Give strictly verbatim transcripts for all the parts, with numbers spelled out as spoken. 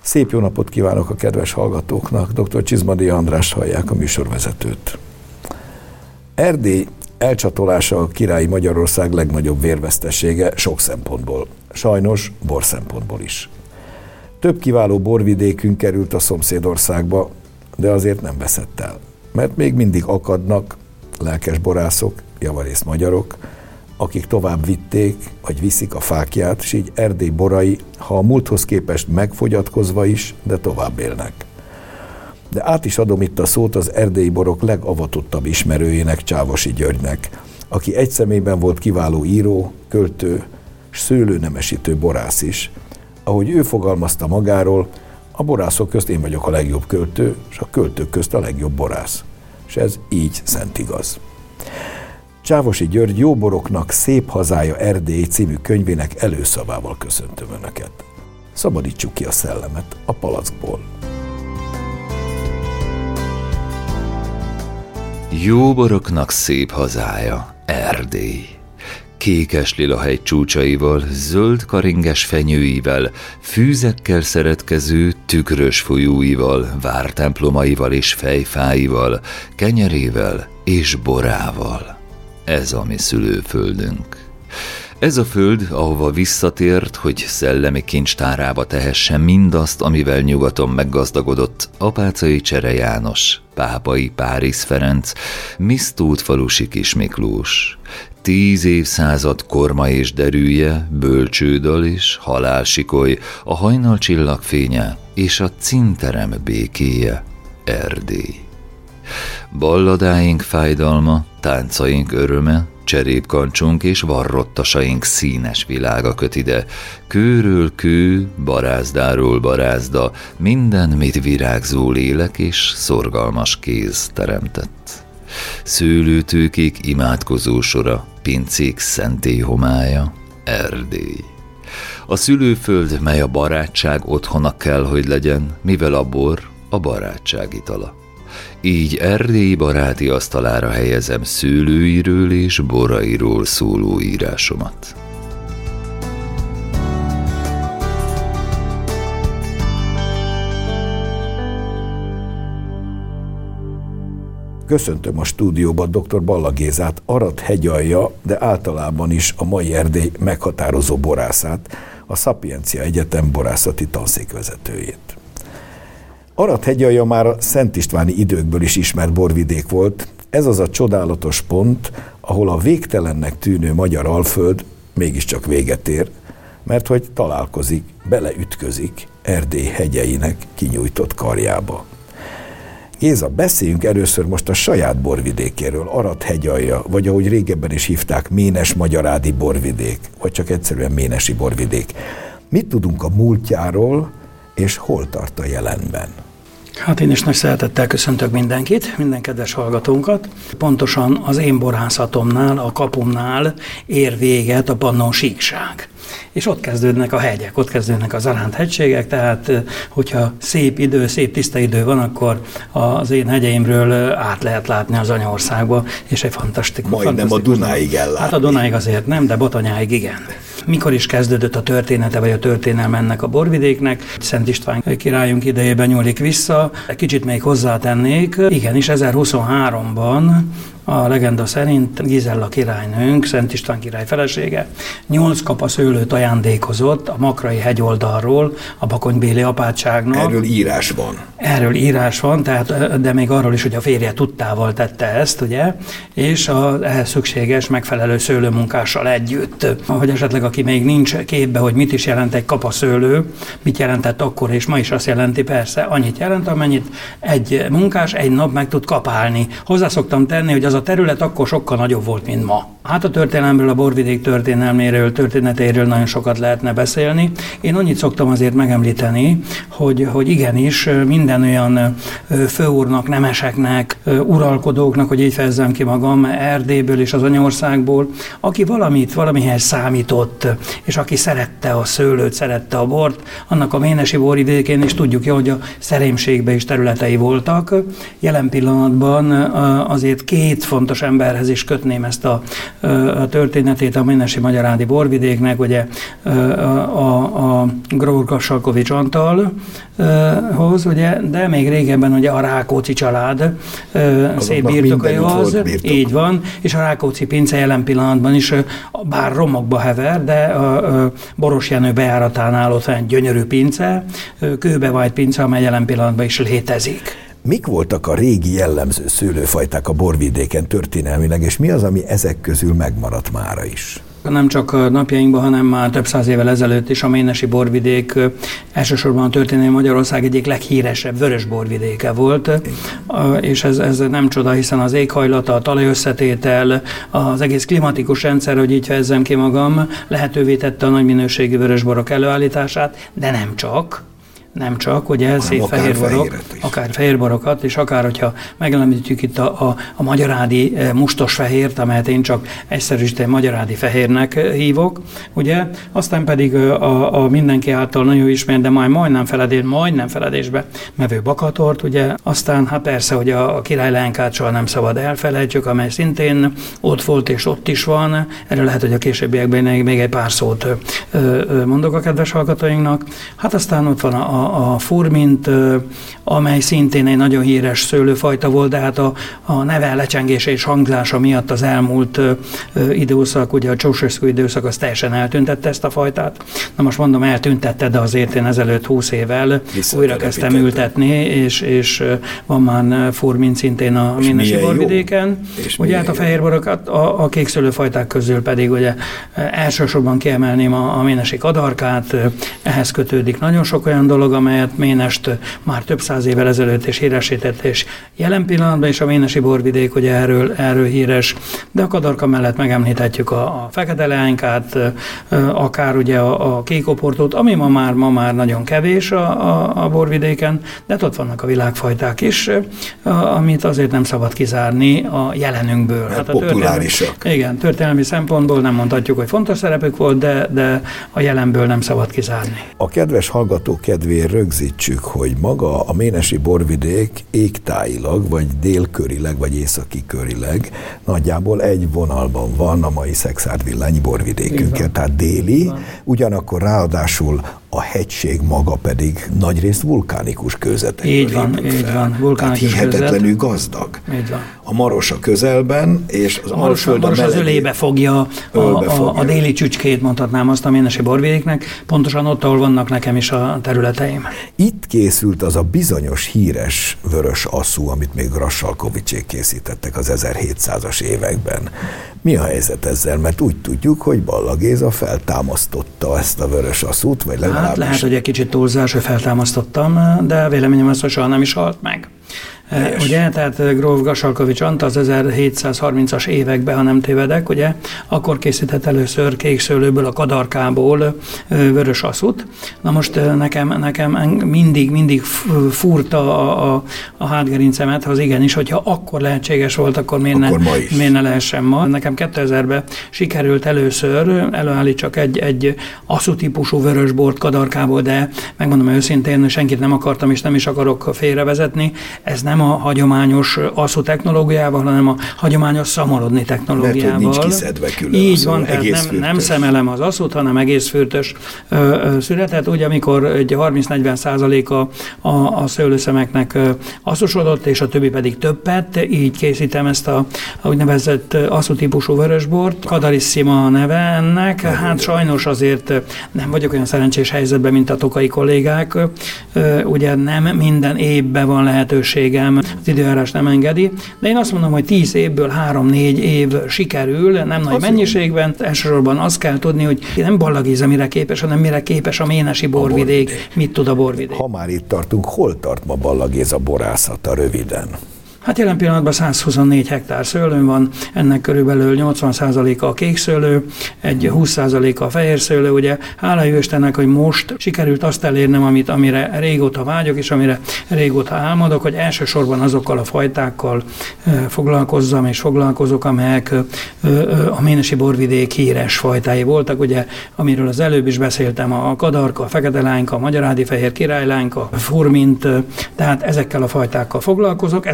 Szép jó napot kívánok a kedves hallgatóknak, dr. Csizmadia Andrást hallják, a műsorvezetőt. Erdély elcsatolása a királyi Magyarország legnagyobb vérvesztesége sok szempontból, sajnos bor szempontból is. Több kiváló borvidékünk került a szomszédországba, de azért nem veszett el, mert még mindig akadnak lelkes borászok, javarészt magyarok, akik tovább vitték, vagy viszik a fákját, és így Erdély borai, ha a múlthoz képest megfogyatkozva is, de tovább élnek. De át is adom itt a szót az erdélyi borok legavatottabb ismerőjének, Csávosi Györgynek, aki egy személyben volt kiváló író, költő, s szőlőnemesítő borász is. Ahogy ő fogalmazta magáról, a borászok közt én vagyok a legjobb költő, és a költők közt a legjobb borász. És ez így szent igaz. Csávosi György Jó boroknak szép hazája Erdély című könyvének előszavával köszöntöm Önöket. Szabadítsuk ki a szellemet a palackból. Jó boroknak szép hazája Erdély. Kékes lilahegy csúcsaival, zöld karinges fenyőivel, fűzekkel szeretkező tükrös folyóival, vártemplomaival és fejfáival, kenyerével és borával. Ez a mi szülőföldünk. Ez a föld, ahova visszatért, hogy szellemi kincstárába tehessen mindazt, amivel nyugaton meggazdagodott Apáczai Csere János, Pápai Páriz Ferenc, Misztót falusi Kis Miklós. Tíz évszázad korma és derűje, bölcsődal és halálsikoly, a hajnal csillagfénye és a cinterem békéje, Erdély. Balladáink fájdalma, táncaink öröme, cserépkancsunk és varrottasaink színes világa köt ide. Kőről kő, barázdáról barázda, minden, mit virágzó lélek és szorgalmas kéz teremtett. Szőlőtőkék imádkozó sora, pincék szentély homája, Erdély. A szülőföld, mely a barátság otthona kell, hogy legyen, mivel a bor a barátság itala. Így Erdély baráti asztalára helyezem szőlőiről és borairól szóló írásomat. Köszöntöm a stúdióban dr. Balla Gézát, Arad hegyalja, de általában is a mai Erdély meghatározó borászát, a Szapiencia Egyetem borászati tanszékvezetőjét. Arad hegyalja már a Szent Istváni időkből is ismert borvidék volt. Ez az a csodálatos pont, ahol a végtelennek tűnő magyar alföld mégiscsak véget ér, mert hogy találkozik, beleütközik Erdély hegyeinek kinyújtott karjába. Géza, beszéljünk először most a saját borvidékéről, Arad hegyalja, vagy ahogy régebben is hívták, Ménes-Magyarádi borvidék, vagy csak egyszerűen Ménesi borvidék. Mit tudunk a múltjáról, és hol tart a jelenben? Hát én is nagy szeretettel köszöntök mindenkit, minden kedves hallgatónkat. Pontosan az én borászatomnál, a kapumnál ér véget a Pannon síkság. És ott kezdődnek a hegyek, ott kezdődnek az Aránt-hegységek, tehát hogyha szép idő, szép tiszta idő van, akkor az én hegyeimről át lehet látni az anyaországba, és egy fantasztikus... Majdnem a Dunáig ellátni. Hát a Dunáig azért nem, de Botanyáig igen. Mikor is kezdődött a története, vagy a történelme ennek a borvidéknek? Szent István királyunk idejében nyúlik vissza. Egy kicsit még hozzátennék. Igenis, ezerhuszonháromban a legenda szerint Gizella királynőnk, Szent István király felesége, nyolc kapa szőlőt ajándékozott a Makrai hegyoldalról a bakonybéli apátságnak. Erről írás van. Erről írás van, tehát, de még arról is, hogy a férje tudtával tette ezt, ugye, és a ehhez szükséges megfelelő szőlőmunkással együtt. Hogy esetleg aki még nincs képbe, hogy mit is jelent egy kapa szőlő, mit jelentett akkor, és ma is azt jelenti, persze, annyit jelent, amennyit egy munkás egy nap meg tud kapálni. Hozzá szoktam tenni, hogy az a terület akkor sokkal nagyobb volt, mint ma. Hát a történelemről, a borvidék történelméről, történetéről nagyon sokat lehetne beszélni. Én annyit szoktam azért megemlíteni, hogy, hogy igenis minden olyan főúrnak, nemeseknek, uralkodóknak, hogy így fejezzem ki magam, Erdélyből és az anyaországból, aki valamit, valamihez számított, és aki szerette a szőlőt, szerette a bort, annak a ménesi borvidékén is tudjuk jól, hogy a szerémségben is területei voltak. Jelen pillanatban azért két létfontos emberhez is kötném ezt a, a történetét a Ménesi Magyarádi borvidéknek, ugye a, a, a Grór-Kassalkovics Antalhoz, ugye, de még régebben ugye a Rákóczi család szép birtokaihoz, így van, és a Rákóczi pince jelen pillanatban is, bár romokba hever, de a, a Boros Jenő bejáratánál ott egy gyönyörű pince, kőbevájt pince, amely jelen pillanatban is létezik. Mik voltak a régi jellemző szőlőfajták a borvidéken történelmileg, és mi az, ami ezek közül megmaradt mára is? Nem csak napjainkban, hanem már több száz évvel ezelőtt is a ménesi borvidék elsősorban a történelmi Magyarország egyik leghíresebb vörös borvidéke volt, és ez, ez nem csoda, hiszen az éghajlata, a talajösszetétel, az egész klimatikus rendszer, hogy így fejezzem ki magam, lehetővé tette a nagy minőségű vörösborok előállítását, de nem csak. Nem csak, ugye szép fehérborok, akár fehérborokat, és akár, hogyha megemlítjük itt a, a, a magyarádi mustos fehért, amelyet én csak egyszerűsíteni magyarádi fehérnek hívok, ugye, aztán pedig a, a mindenki által nagyon ismert, de majd majdnem feledés, majdnem feledésbe mevő bakatort, ugye, aztán hát persze, hogy a, a király leánkát soha nem szabad elfelejtsük, amely szintén ott volt és ott is van, erről lehet, hogy a későbbiekben még egy pár szót mondok a kedves hallgatóinknak. Hát aztán ott van a a furmint, amely szintén egy nagyon híres szőlőfajta volt, de hát a, a neve lecsengése és hangzása miatt az elmúlt időszak, ugye a Ceausescu időszak az teljesen eltüntette ezt a fajtát. Na most mondom, eltüntette, de azért én ezelőtt húsz évvel újra kezdtem ültetni, és, és van már furmint szintén a ménesi borvidéken. Ugye hát a fehérborokat, a, a kék szőlőfajták közül pedig ugye elsősorban kiemelném a, a ménesi kadarkát, ehhez kötődik nagyon sok olyan dolog, amelyet Ménest már több száz évvel ezelőtt is híresített, és jelen pillanatban is a ménesi borvidék ugye erről, erről híres, de a kadarka mellett megemlíthetjük a, a fekete leánykát, akár ugye a, a kékoportót, ami ma már, ma már nagyon kevés a, a, a borvidéken, de ott vannak a világfajták is, a, amit azért nem szabad kizárni a jelenünkből. Hát a populárisak. Történelmi, igen, történelmi szempontból nem mondhatjuk, hogy fontos szerepük volt, de, de a jelenből nem szabad kizárni. A kedves hallgatók kedvéért rögzítsük, hogy maga a ménesi borvidék égtájilag, vagy délkörileg, vagy északi körileg nagyjából egy vonalban van a mai Szekszárd-Villányi borvidékünkkel, tehát déli, ugyanakkor ráadásul a hegység maga pedig nagyrészt vulkánikus kőzetekből Így van, így van. Vulkánikus tehát hihetetlenül gazdag. Így van. A Maros a közelben, és az a Maros, Alföld a Maros az ölébe fogja, a, ölbe a, fogja. a déli csücskét, mondhatnám azt a ménesi borvidéknek, pontosan ott, ahol vannak nekem is a területeim. Itt készült az a bizonyos híres vörös asszú, amit még Grassalkovicsék készítettek az ezerhétszázas években. Mi a helyzet ezzel? Mert úgy tudjuk, hogy Balla Géza feltámasztotta ezt a vörös asszút, vagy legalábbis... Hát lehet, hogy egy kicsit túlzás, hogy feltámasztottam, de véleményem az, hogy soha nem is halt meg. Helyes. Ugye, tehát Gróf Grassalkovics Antal az ezerhétszázharmincas években, ha nem tévedek, ugye, akkor készített először kékszőlőből, a kadarkából vörös asszút. Na most nekem, nekem mindig, mindig fúrta a, a, a hátgerincemet, ha az igenis, hogyha akkor lehetséges volt, akkor miért, akkor ne, miért ne lehessen ma. Nekem kétezerben sikerült először előállítsak egy, egy asszú típusú vörösbort kadarkából, de megmondom őszintén, senkit nem akartam, és nem is akarok félrevezetni. Ez nem a hagyományos asszú technológiával, hanem a hagyományos szamorodni technológiával. Mert hogy nincs kiszedve külön. Így van, tehát nem, nem szemelem az asszút, hanem egész fürtös ö, ö, születet. Úgy, amikor egy harminc-negyven százaléka a, a szőlőszemeknek asszusodott, és a többi pedig többet, így készítem ezt a, a úgynevezett asszú típusú vörösbort. Kadarissima a neve ennek. Hát sajnos azért nem vagyok olyan szerencsés helyzetben, mint a tokai kollégák. Ö, ugye nem minden évben van lehetőségem, az időjárás nem engedi, de én azt mondom, hogy tíz évből három-négy év sikerül, nem nagy az mennyiségben. Elsősorban azt kell tudni, hogy nem Balla Géza mire képes, hanem mire képes a ménesi borvidék, a borvidék. Mit tud a borvidék. Ha már itt tartunk, hol tart ma Balla Géza borászata röviden? Hát jelen pillanatban százhuszonnégy hektár szőlőn van, ennek körülbelül nyolcvan százaléka a kék szőlő, egy húsz százaléka a fehér szőlő, ugye hála jó Istennek, hogy most sikerült azt elérnem, amit, amire régóta vágyok, és amire régóta álmodok, hogy elsősorban azokkal a fajtákkal e, foglalkozzam, és foglalkozok, amelyek e, e, a ménesi borvidék híres fajtái voltak, ugye, amiről az előbb is beszéltem, a kadarka, a fekete lányka, a magyarádi fehér királylányka, a furmint, tehát ezekkel a fajtákkal foglalkozok, ezen kívül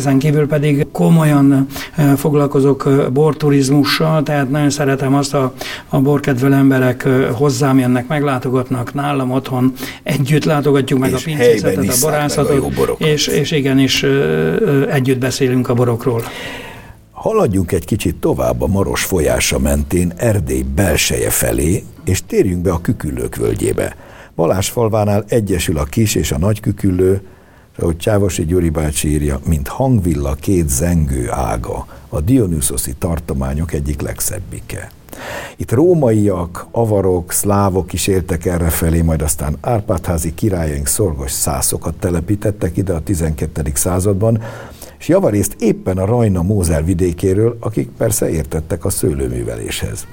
kívül pedig komolyan foglalkozok borturizmussal, tehát nagyon szeretem azt, a, a borkedvelő emberek hozzám jönnek, meglátogatnak nálam otthon, együtt látogatjuk meg és a pincészetet, a borászatot, és, és igenis együtt beszélünk a borokról. Haladjunk egy kicsit tovább a Maros folyása mentén Erdély belseje felé, és térjünk be a Küküllők völgyébe. Balázsfalvánál egyesül a kis és a nagy Küküllő, ahogy Csávosi Gyuri bácsi írja, mint hangvilla két zengő ága, a dionüszoszi tartományok egyik legszebbike. Itt rómaiak, avarok, szlávok is éltek errefelé, majd aztán Árpád-házi királyaink szorgos szászokat telepítettek ide a tizenkettedik században, és javarészt éppen a Rajna-Mózel vidékéről, akik persze értettek a szőlőműveléshez.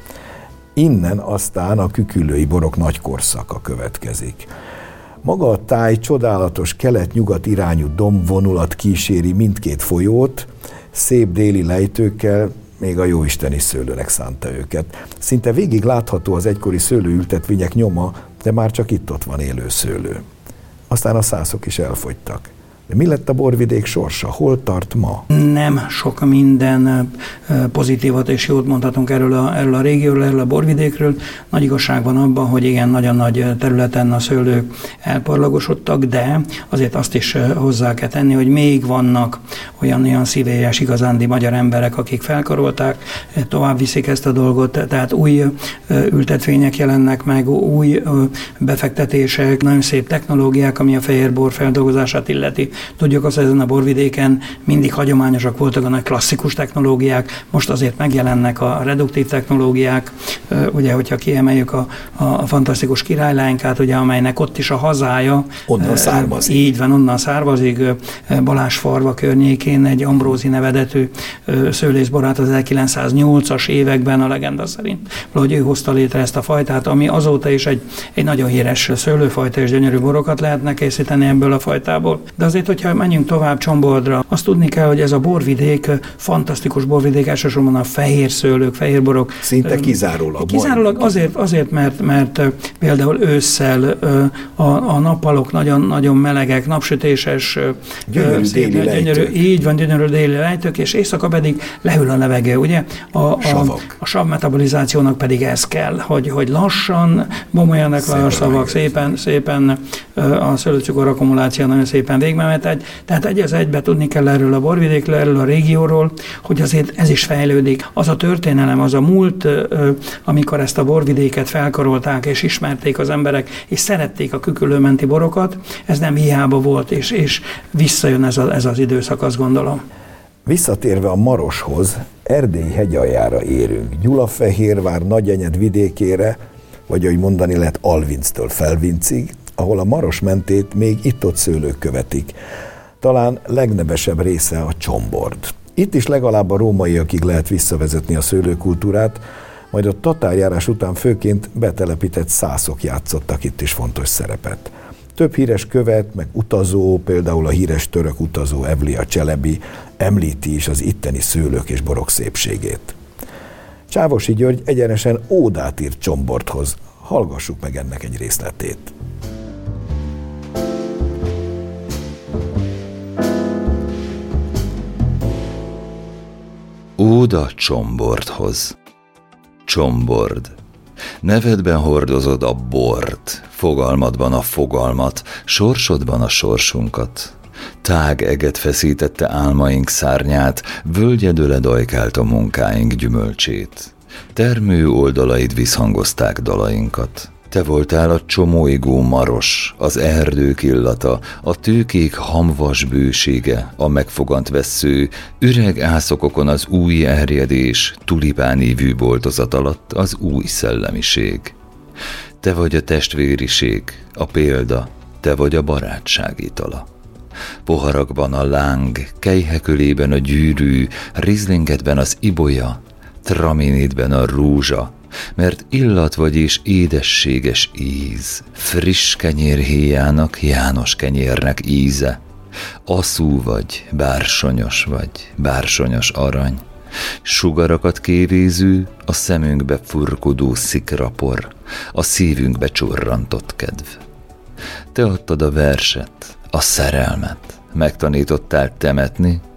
Innen aztán a küküllői borok nagy korszaka következik. Maga a táj csodálatos kelet-nyugat irányú dombvonulat kíséri mindkét folyót, szép déli lejtőkkel, még a jóisteni szőlőnek szánta őket. Szinte végig látható az egykori szőlőültetvények nyoma, de már csak itt-ott van élő szőlő. Aztán a szászok is elfogytak. De mi lett a borvidék sorsa? Hol tart ma? Nem sok minden pozitívat és jót mondhatunk erről a, erről a régióról, erről a borvidékről. Nagy igazság van abban, hogy igen, nagyon nagy területen a szőlők elparlagosodtak, de azért azt is hozzá kell tenni, hogy még vannak olyan, olyan szívélyes igazándi magyar emberek, akik felkarolták, tovább viszik ezt a dolgot, tehát új ültetvények jelennek meg, új befektetések, nagyon szép technológiák, ami a fehérbor feldolgozását illeti. Tudjuk azt, hogy ezen a borvidéken mindig hagyományosak voltak a nagy klasszikus technológiák, most azért megjelennek a reduktív technológiák, ugye, hogyha kiemeljük a, a fantasztikus királylánykát, ugye, amelynek ott is a hazája. Onnan származik. Így van, onnan származik. Balázsfarva környékén egy Ambrózi nevedetű szőlészborát az ezerkilencszáznyolcas években a legenda szerint. Valahogy ő hozta létre ezt a fajtát, ami azóta is egy, egy nagyon híres szőlőfajta, és gyönyörű borokat lehetne készíteni ebből a fajtából. De azért, hogyha menjünk tovább Csomboldra, azt tudni kell, hogy ez a borvidék, fantasztikus borvidék, elsősorban a fehér szőlők, fehér borok. Szinte kizárólag. Kizárólag azért, azért mert, mert például ősszel a, a nappalok nagyon, nagyon melegek, napsütéses, gyönyörű szép, déli gyönyörű, így van, gyönyörű déli lejtők, és éjszaka pedig lehűl a levegő, ugye? A, a, a savmetabolizációnak pedig ez kell, hogy, hogy lassan bomoljanak le a szavak, szépen, szépen a szőlőcukor akkumuláció nagyon szépen végbe megy. Tehát egy az egybe tudni kell erről a borvidékről, erről a régióról, hogy azért ez is fejlődik. Az a történelem, az a múlt, amikor ezt a borvidéket felkarolták és ismerték az emberek, és szerették a küküllőmenti borokat, ez nem hiába volt, és, és visszajön ez, a, ez az időszak, azt gondolom. Visszatérve a Maroshoz, Erdély hegyaljára érünk, Gyulafehérvár Nagyenyed vidékére, vagy ahogy mondani lehet Alvinctől Felvincig, ahol a Maros mentét még itt-ott szőlők követik. Talán legnevesebb része a Csombord. Itt is legalább a rómaiakig lehet visszavezetni a szőlőkultúrát, majd a tatárjárás után főként betelepített szászok játszottak itt is fontos szerepet. Több híres követ, meg utazó, például a híres török utazó Evlia Cselebi említi is az itteni szőlők és borok szépségét. Csávosi György egyenesen ódát írt Csombordhoz. Hallgassuk meg ennek egy részletét. Óda Csombordhoz. Csombord. Nevedben hordozod a bort, fogalmadban a fogalmat, sorsodban a sorsunkat. Tág eget feszítette álmaink szárnyát, völgyedőle dajkált a munkáink gyümölcsét. Termő oldalaid visszhangozták dalainkat. Te voltál a csomóigó Maros, az erdők illata, a tőkék hamvas bősége, a megfogant vessző, üreg ászokokon az új erjedés, tulipánívű boltozat alatt az új szellemiség. Te vagy a testvériség, a példa, te vagy a barátság itala. Poharakban a láng, kejhekölében a gyűrű, rizlingedben az ibolya, traminidben a rúzsa, mert illat vagy és édességes íz, friss kenyérhéjának, János kenyérnek íze. Aszú vagy, bársonyos vagy, bársonyos arany, sugarakat kévéző, a szemünkbe furkodó szikrapor, a szívünkbe csurrantott kedv. Te adtad a verset, a szerelmet, megtanítottál temetni,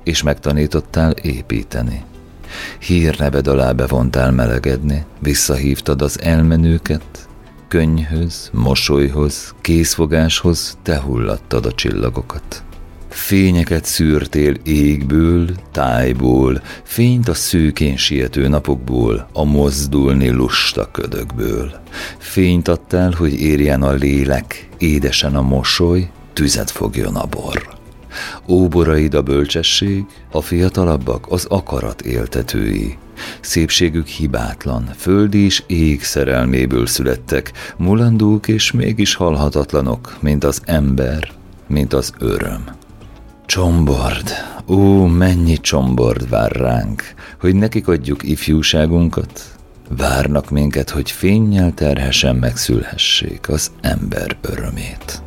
és megtanítottál építeni. Hírneved alá bevontál melegedni, visszahívtad az elmenőket, könnyhöz, mosolyhoz, készfogáshoz te hullattad a csillagokat. Fényeket szűrtél égből, tájból, fényt a szőkén siető napokból, a mozdulni lusta ködökből. Fényt adtál, hogy érjen a lélek, édesen a mosoly, tüzet fogjon a bor. Óboraid a bölcsesség, a fiatalabbak az akarat éltetői. Szépségük hibátlan, föld és ég szerelméből születtek, mulandók és mégis halhatatlanok, mint az ember, mint az öröm. Csombord, ó, mennyi csombord vár ránk, hogy nekik adjuk ifjúságunkat. Várnak minket, hogy fénnyel terhesen megszülhessék az ember örömét.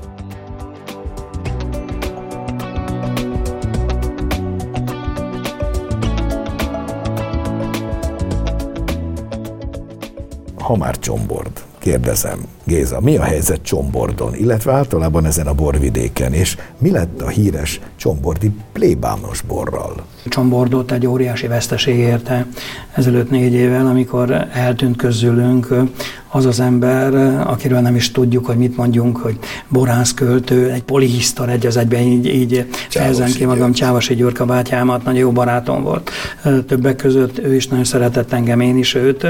Ha már Csombord, kérdezem, Géza, mi a helyzet Csombordon, illetve általában ezen a borvidéken, és mi lett a híres csombordi plébános borral? Csombordot egy óriási veszteség érte ezelőtt négy évvel, amikor eltűnt közülünk az az ember, akiről nem is tudjuk, hogy mit mondjunk, hogy borászköltő, egy polihisztor, egy az egyben így, így fejezem ki magam, Csávasi Gyurka bátyámat, nagyon jó barátom volt. Többek között ő is nagyon szeretett engem, én is őt.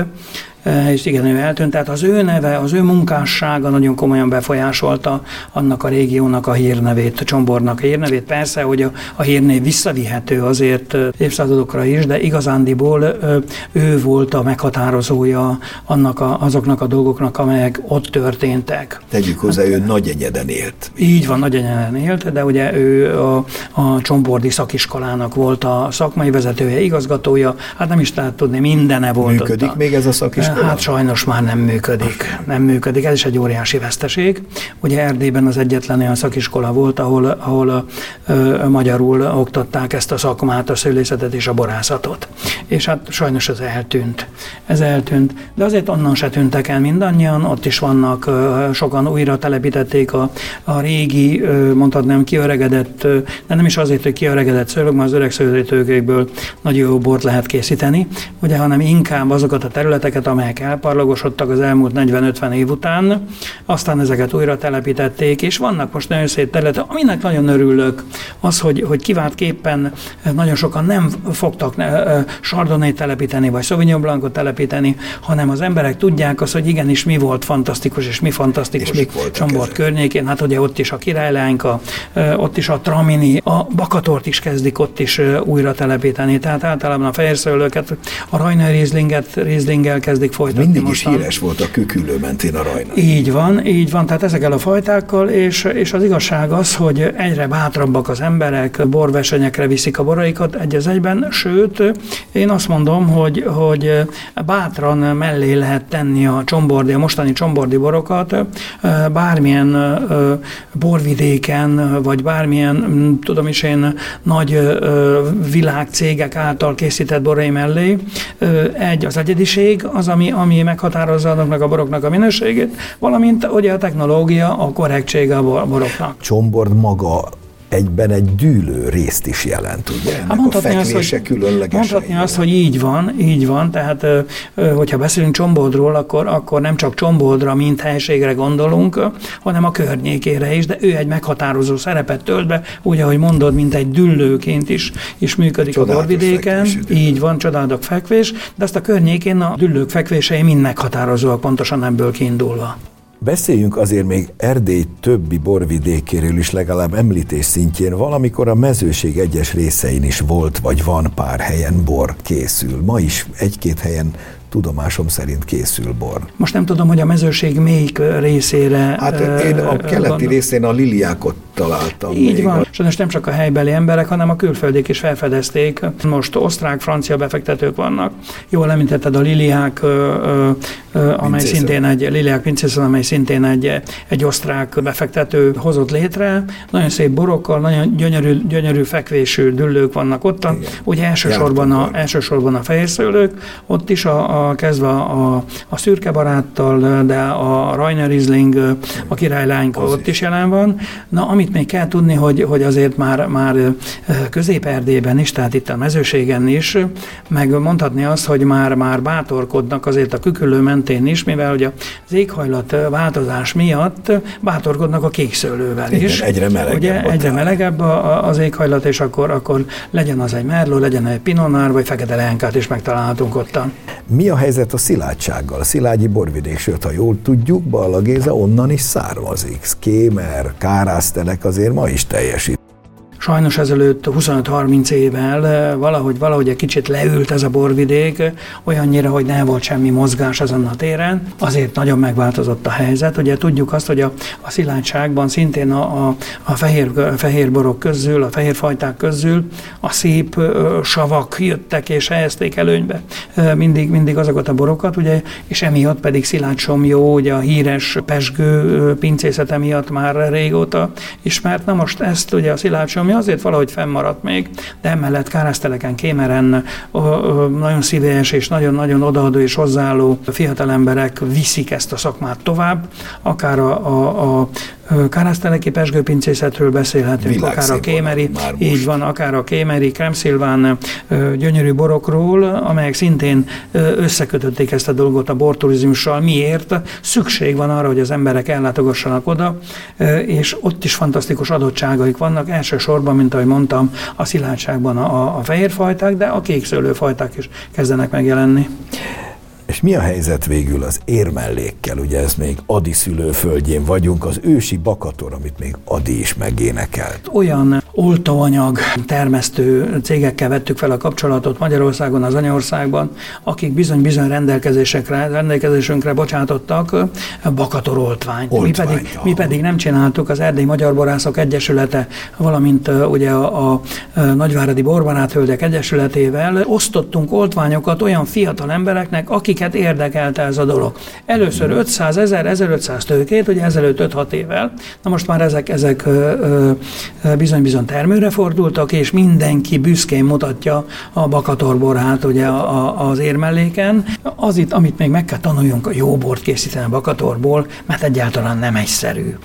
És igen, ő eltűnt, tehát az ő neve, az ő munkássága nagyon komolyan befolyásolta annak a régiónak a hírnevét, a Csombornak a hírnevét. Persze, hogy a, a hírnév visszavihető azért évszázadokra is, de igazándiból ő volt a meghatározója annak a, azoknak a dolgoknak, amelyek ott történtek. Tegyük hozzá, hát, ő Nagyenyeden élt. Így van, Nagyenyeden élt, de ugye ő a, a Csombordi szakiskolának volt a szakmai vezetője, igazgatója, hát nem is lehet tudni, mindene volt. Működik ott még ez a szakiskola? Hát sajnos már nem működik. Nem működik. Ez is egy óriási veszteség. Ugye Erdélyben az egyetlen olyan szakiskola volt, ahol, ahol ö, magyarul oktatták ezt a szakmát, a szőlészetet és a borászatot. És hát sajnos ez eltűnt. Ez eltűnt. De azért onnan se tűntek el mindannyian, ott is vannak, ö, sokan újra telepítették a, a régi, ö, mondhatnám kiöregedett, ö, de nem is azért, hogy kiöregedett szőlők, mert az öreg szőlőtőkékből nagyon jó bort lehet készíteni, ugye, hanem inkább azokat a területeket, amelyek elparlagosodtak az elmúlt negyven-ötven év után, aztán ezeket újra telepítették, és vannak most nagyon szép területek, aminek nagyon örülök, az, hogy, hogy kiváltképpen nagyon sokan nem fogtak Chardonnay-t telepíteni, vagy Sauvignon Blancot telepíteni, hanem az emberek tudják azt, hogy igenis mi volt fantasztikus, és mi fantasztikus Csombord környékén. Hát ugye ott is a királylánka, ott is a Tramini, a Bakatort is kezdik ott is újra telepíteni, tehát általában a fehérszőlőket, a Rajna Rieslinget, Rieslinggel kezdik folytatni. Mindig is mostan. Híres volt a küküllő mentén a Rajna. Így van, így van, tehát ezekkel a fajtákkal, és, és az igazság az, hogy egyre bátrabbak az emberek, borversenyekre viszik a boraikat egy az egyben, sőt, én azt mondom, hogy, hogy bátran mellé lehet tenni a csombordi, a mostani csombordi borokat, bármilyen borvidéken, vagy bármilyen, tudom is én, nagy világcégek által készített borai mellé. Egy az egyediség, az, ami, ami meghatározza azoknak a boroknak a minőségét, valamint ugye a technológia, a korrektsége a boroknak. Csombord maga egyben egy dűlő részt is jelent, ugye? Ennek hát a fekvése különlegesen. Mondhatni azt, hogy így van, így van, tehát hogyha beszélünk Csombordról, akkor, akkor nem csak Csombordra, mint helységre gondolunk, hanem a környékére is, de ő egy meghatározó szerepet tölt be, úgy, ahogy mondod, mint egy düllőként is, is működik csodálatos a borvidéken. Így van, csodálatos fekvés, de azt a környékén a düllők fekvései mind meghatározóak, pontosan ebből kiindulva. Beszéljünk azért még Erdély többi borvidékéről is legalább említés szintjén. Valamikor a mezőség egyes részein is volt, vagy van pár helyen bor készül. Ma is egy-két helyen tudomásom szerint készül bor. Most nem tudom, hogy a mezőség melyik részére... Hát én a keleti gondol. részén a liliákot találtam. Így még van, a... sajnos nem csak a helybeli emberek, hanem a külföldiek is felfedezték. Most osztrák-francia befektetők vannak. Jól említetted a liliák, amely Pincészön. szintén egy liliák Pincészön, amely szintén egy, egy osztrák befektető hozott létre. Nagyon szép borokkal, nagyon gyönyörű, gyönyörű fekvésű düllők vannak ott. Ugye elsősorban a, elsősorban a fehérszőlők, ott is a, a kezdve a, a szürke baráttal, de a Rajna Riesling, a királylánka ott is jelen van. Na, amit Amit még kell tudni, hogy, hogy azért már, már Közép-Erdélyben is, tehát itt a mezőségen is, meg mondhatni azt, hogy már, már bátorkodnak azért a Küküllő mentén is, mivel hogy az éghajlat változás miatt bátorkodnak a kékszőlővel is. Igen, egyre melegebb. Ugye, egyre melegebb a, az éghajlat, és akkor, akkor legyen az egy merlot, legyen egy pinot noir, vagy fekete lehenkát is megtalálhatunk ottan. Mi a helyzet a szilágysággal? A szilágyi borvidék, sőt, ha jól tudjuk, Balla Géza onnan is származik. Kémer, kárásztelek azért ma is teljesít. Sajnos ezelőtt huszonöt-harminc évvel valahogy, valahogy egy kicsit leült ez a borvidék, olyannyira, hogy nem volt semmi mozgás ezen a téren. Azért nagyon megváltozott a helyzet. Ugye tudjuk azt, hogy a, a szilágyságban szintén a, a, a fehér, fehér borok közül, a fehér fajták közül a szép ö, savak jöttek és helyezték előnybe mindig, mindig azokat a borokat, ugye, és emiatt pedig Szilágy Somlyó, ugye a híres pezsgő pincészete miatt már régóta ismert. Na most ezt ugye a Szilágy Somlyó azért valahogy fennmaradt még, de emellett kárászteleken, Kémeren nagyon szíves és nagyon-nagyon odaadó és hozzáálló fiatal emberek viszik ezt a szakmát tovább, akár a, a, a kárászteleki pezsgőpincészetről beszélhetünk, akár a kémeri, így van, akár a kémeri, kremszilván gyönyörű borokról, amelyek szintén összekötötték ezt a dolgot a borturizmussal. Miért? Szükség van arra, hogy az emberek ellátogassanak oda, és ott is fantasztikus adottságaik vannak, elsősorban, mint ahogy mondtam, a szilágyságban a, a fehérfajták, de a kékszőlőfajták is kezdenek megjelenni. És mi a helyzet végül az érmellékkel? Ugye ez még Ady szülőföldjén vagyunk, az ősi Bakator, amit még Ady is megénekelt. Olyan oltóanyag termesztő cégekkel vettük fel a kapcsolatot Magyarországon, az anyaországban, akik bizony-bizony rendelkezésekre, rendelkezésünkre bocsátottak Bakator oltványt. Oltvány, mi, pedig, mi pedig nem csináltuk, az Erdély Magyar Borászok Egyesülete, valamint ugye a, a Nagyváradi Borbaráthölgyek Egyesületével osztottunk oltványokat olyan fiatal embereknek, akiket érdekelte ez a dolog. Először ötszázezer, ezerötszáz tőkét, ugye ezelőtt öt-hat évvel, na most már ezek, ezek bizony-bizony termőre fordultak, és mindenki büszkén mutatja a Bakator borát ugye a, a, az érmelléken. Az itt, amit még meg kell tanuljunk, a jó bort készíteni a Bakatorból, mert egyáltalán nem egyszerű.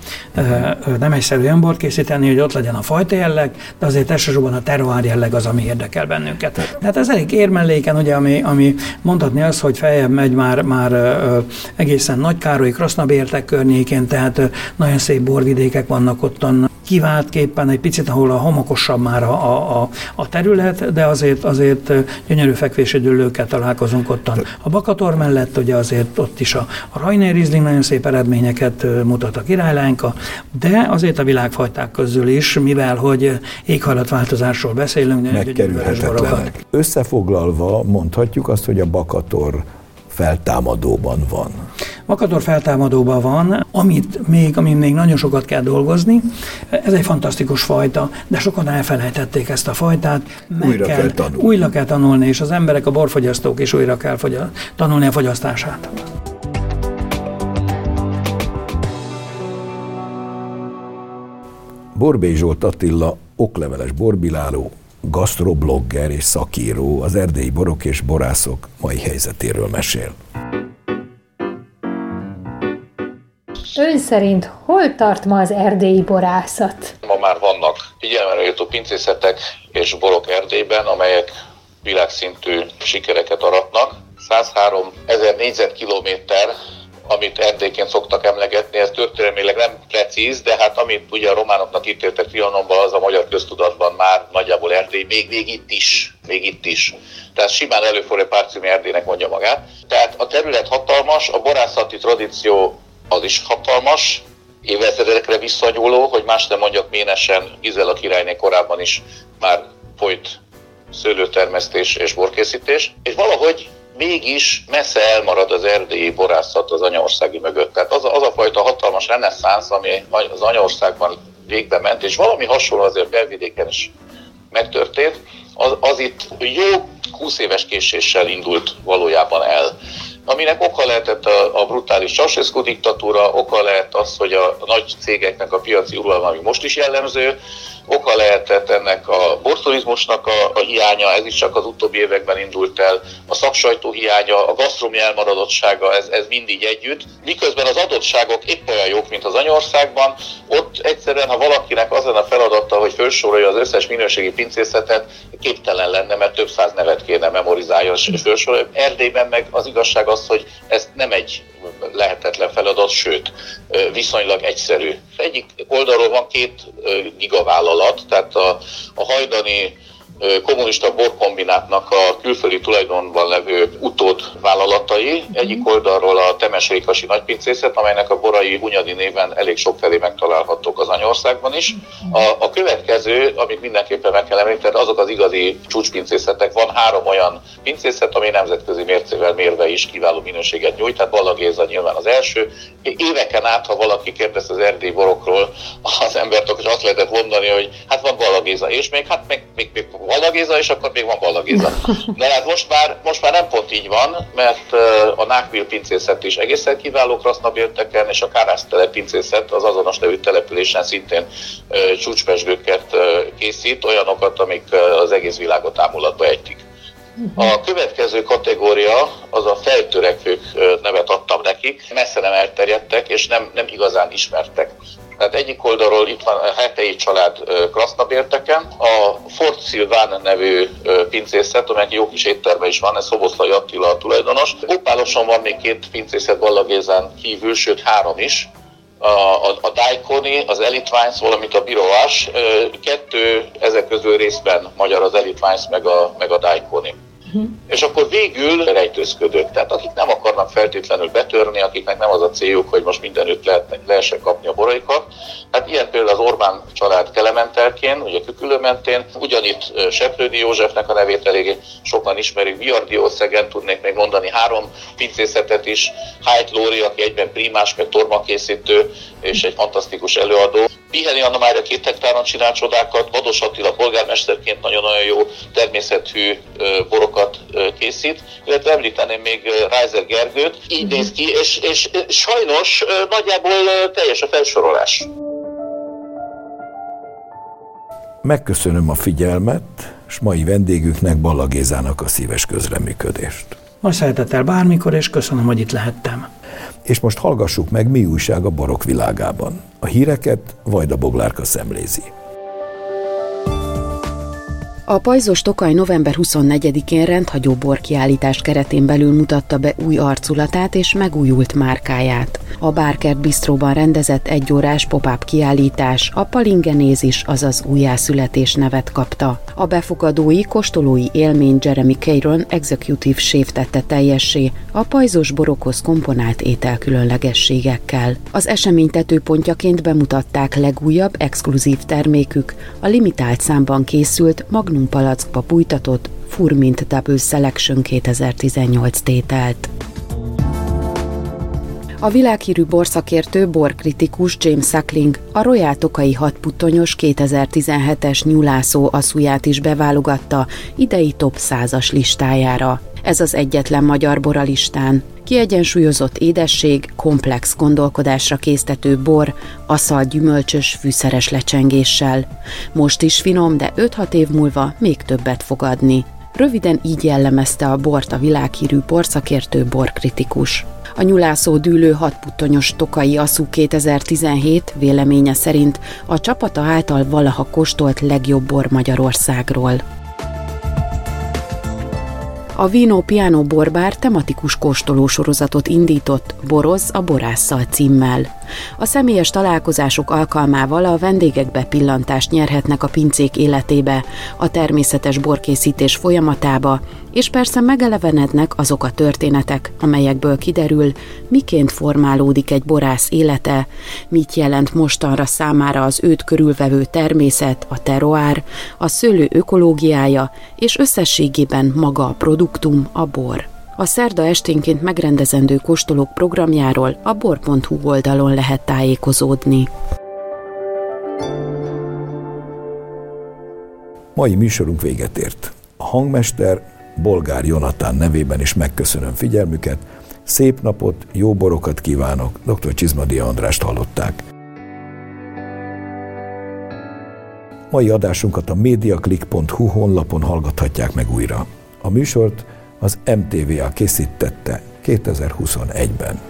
Nem egyszerű olyan bort készíteni, hogy ott legyen a fajta jelleg, de azért elsősorban a terroir jelleg az, ami érdekel bennünket. Tehát ez elég érmelléken, ugye, ami, ami mondhatni az, hogy feljebb megy már, már egészen Nagykároly, Krasznabértek környékén, tehát nagyon szép borvidékek vannak ottan, kiváltképpen egy picit, ahol a homokosabb már a, a, a terület, de azért, azért gyönyörű fekvésidőlőkkel találkozunk ottan. A Bakator mellett ugye azért ott is a, a Rajner Riesling nagyon szép eredményeket mutat a királylánka, de azért a világfajták közül is, mivel hogy éghajlatváltozásról beszélünk, megkerülhetetlenek. Összefoglalva mondhatjuk azt, hogy a Bakator feltámadóban van. Bakator feltámadóban van, amit még, amin még nagyon sokat kell dolgozni. Ez egy fantasztikus fajta, de sokan elfelejtették ezt a fajtát. Meg újra kell, kell tanulni. Újra kell tanulni, és az emberek, a borfogyasztók is újra kell fogya, tanulni a fogyasztását. Borbély Zsolt Attila, okleveles borbiláló, gasztroblogger és szakíró az erdélyi borok és borászok mai helyzetéről mesél. Ön szerint hol tart ma az erdélyi borászat? Ma már vannak figyelemre jutó pincészetek és borok Erdélyben, amelyek világszintű sikereket aratnak. százháromezer négyzetkilométer, amit Erdélyként szoktak emlegetni, ez történelmileg nem precíz, de hát amit ugye a románoknak ítéltek Trianonban, az a magyar köztudatban már nagyjából Erdély, még, még itt is, még itt is. Tehát simán előfordul, Párcumi Erdélynek mondja magát. Tehát a terület hatalmas, a borászati tradíció az is hatalmas, évezredekre visszanyúló, hogy más nem mondjak ménesen, Gizella királyné korábban is már folyt szőlőtermesztés és borkészítés, és valahogy mégis messze elmarad az erdélyi borászat az anyaországi mögött. Tehát az a, az a fajta hatalmas reneszánsz, ami az anyaországban végbe ment, és valami hasonló azért Belvidéken is megtörtént, az, az itt jó húsz éves késéssel indult valójában el. aminek oka lehetett a, a brutális Ceausescu diktatúra, oka lehet az, hogy a, a nagy cégeknek a piaci uralma, ami most is jellemző, oka lehetett ennek a borturizmusnak a, a hiánya, ez is csak az utóbbi években indult el, a szaksajtó hiánya, a gasztrómi elmaradottsága, ez, ez mindig együtt. Miközben az adottságok épp olyan jók, mint az anyaországban, ott egyszerűen, ha valakinek az lenne a feladata, hogy felsorolja az összes minőségi pincészetet, képtelen lenne, mert több száz nevet kéne memorizálja és felsorolja. Erdélyben meg az igazság az, hogy ez nem egy lehetetlen feladat, sőt, viszonylag egyszerű. Egyik oldalról van két gigavállalat, tehát a, a hajdani kommunista borkombinátnak a külföldi tulajdonban levő utód vállalatai, egyik oldalról a Temes-Rékasi nagypincészet, amelynek a borai Hunyadi néven elég sokfelé megtalálhatók az anyaországban is. A, a következő, amit mindenképpen meg kell említeni, azok az igazi csúcspincészetek. Van három olyan pincészet, ami nemzetközi mércével mérve is kiváló minőséget nyújt, tehát Balla Géza nyilván az első. Éveken át, ha valaki kérdez az erdélyi borokról az embert, akkor azt lehetett mondani, hogy hát van Balla Géza, és még, hát még, még, még Balla Géza, és akkor még van Balla Géza. De hát most már, most már nem pont így van, mert a Nákvil pincészet is egészen kiváló Krasznabérteken, és a Kárásztele pincészet az azonos nevű településen szintén csúcspezsgőket készít, olyanokat, amik az egész világot ámulatba ejtik. A következő kategória, az a feltörekvők nevet adtam nekik, messze nem elterjedtek, és nem, nem igazán ismertek. Tehát egyik oldalról itt van a Hetei család Krasznabérteken, a Fort Szilván nevű pincészet, amelyek jó kis étterme is van, ez Szoboszlai Attila a tulajdonos. Opáloson van még két pincészet Balla Gézán kívül, sőt három is. A, a, a Daikoni, az Elite Wines, valamint a Birovás. Kettő ezek közül részben magyar, az Elite Wines meg a, meg a Daikoni. Uh-huh. És akkor végül rejtőzködők, tehát akik nem akarnak feltétlenül betörni, akiknek nem az a céljuk, hogy most mindenütt lehet, lehessen kapni a boraikat. Hát ilyen például az Orbán család Kelementelkén, ugye Küküllő mentén, ugyanitt Seprődi Józsefnek a nevét eléggé sokan ismerik, Biardiószegen tudnék még mondani három pincészetet is, Hájt Lóri, aki egyben primás, meg tormakészítő, és egy fantasztikus előadó. Piheni Anna Mária két hektáron csinál csodákat, Vados Attila polgármesterként nagyon-nagyon jó természetű borokat készít, illetve említeném még Reiser Gergőt, így néz ki, és, és sajnos nagyjából teljes a felsorolás. Megköszönöm a figyelmet, és mai vendégünknek, Balla Gézának a szíves közreműködést. Nagy szeretettel bármikor, és köszönöm, hogy itt lehettem. És most hallgassuk meg, mi újság a borok világában. A híreket Vajda Boglárka szemlézi. A Pajzos Tokaj november huszonnegyedikén rendhagyó borkiállítás keretén belül mutatta be új arculatát és megújult márkáját. A Barkert Bistróban rendezett egyórás pop-up kiállítás a palingenézis, azaz újjászületés nevet kapta. A befogadói, kóstolói élmény Jeremy Caron executive chef tette teljessé a pajzos borokhoz komponált ételkülönlegességekkel. Az esemény tetőpontjaként bemutatták legújabb exkluzív termékük, a limitált számban készült Magnum palackba bújtatott Furmint Double Selection kétezer-tizennyolc tételt. A világhírű borszakértő, borkritikus James Suckling a Royal Tokai hatputtonyos kétezer-tizenhetes nyulászó asszúját is beválogatta idei top százas listájára. Ez az egyetlen magyar bor a listán. Kiegyensúlyozott édesség, komplex gondolkodásra késztető bor, aszalt gyümölcsös, fűszeres lecsengéssel. Most is finom, de öt-hat év múlva még többet fog adni. Röviden így jellemezte a bort a világhírű borszakértő, borkritikus. A nyulászó dűlő hatputtonyos tokai asszú kétezer-tizenhét véleménye szerint a csapata által valaha kóstolt legjobb bor Magyarországról. A Vino Piano borbár tematikus kóstolósorozatot indított, Borozz a borásszal címmel. A személyes találkozások alkalmával a vendégek bepillantást nyerhetnek a pincék életébe, a természetes borkészítés folyamatába, és persze megelevenednek azok a történetek, amelyekből kiderül, miként formálódik egy borász élete, mit jelent mostanra számára az őt körülvevő természet, a terroár, a szőlő ökológiája, és összességében maga a produktum, a bor. A szerda esténként megrendezendő kóstolók programjáról a bor pont hu oldalon lehet tájékozódni. Mai műsorunk véget ért. A hangmester Bolgár Jonatán nevében is megköszönöm figyelmüket, Szép napot, jó borokat kívánok, dr. Csizmaday Andrást hallották. Mai adásunkat a mediaclick pont hu honlapon hallgathatják meg újra. A műsort az em té vé á készítette kétezer-huszonegyben.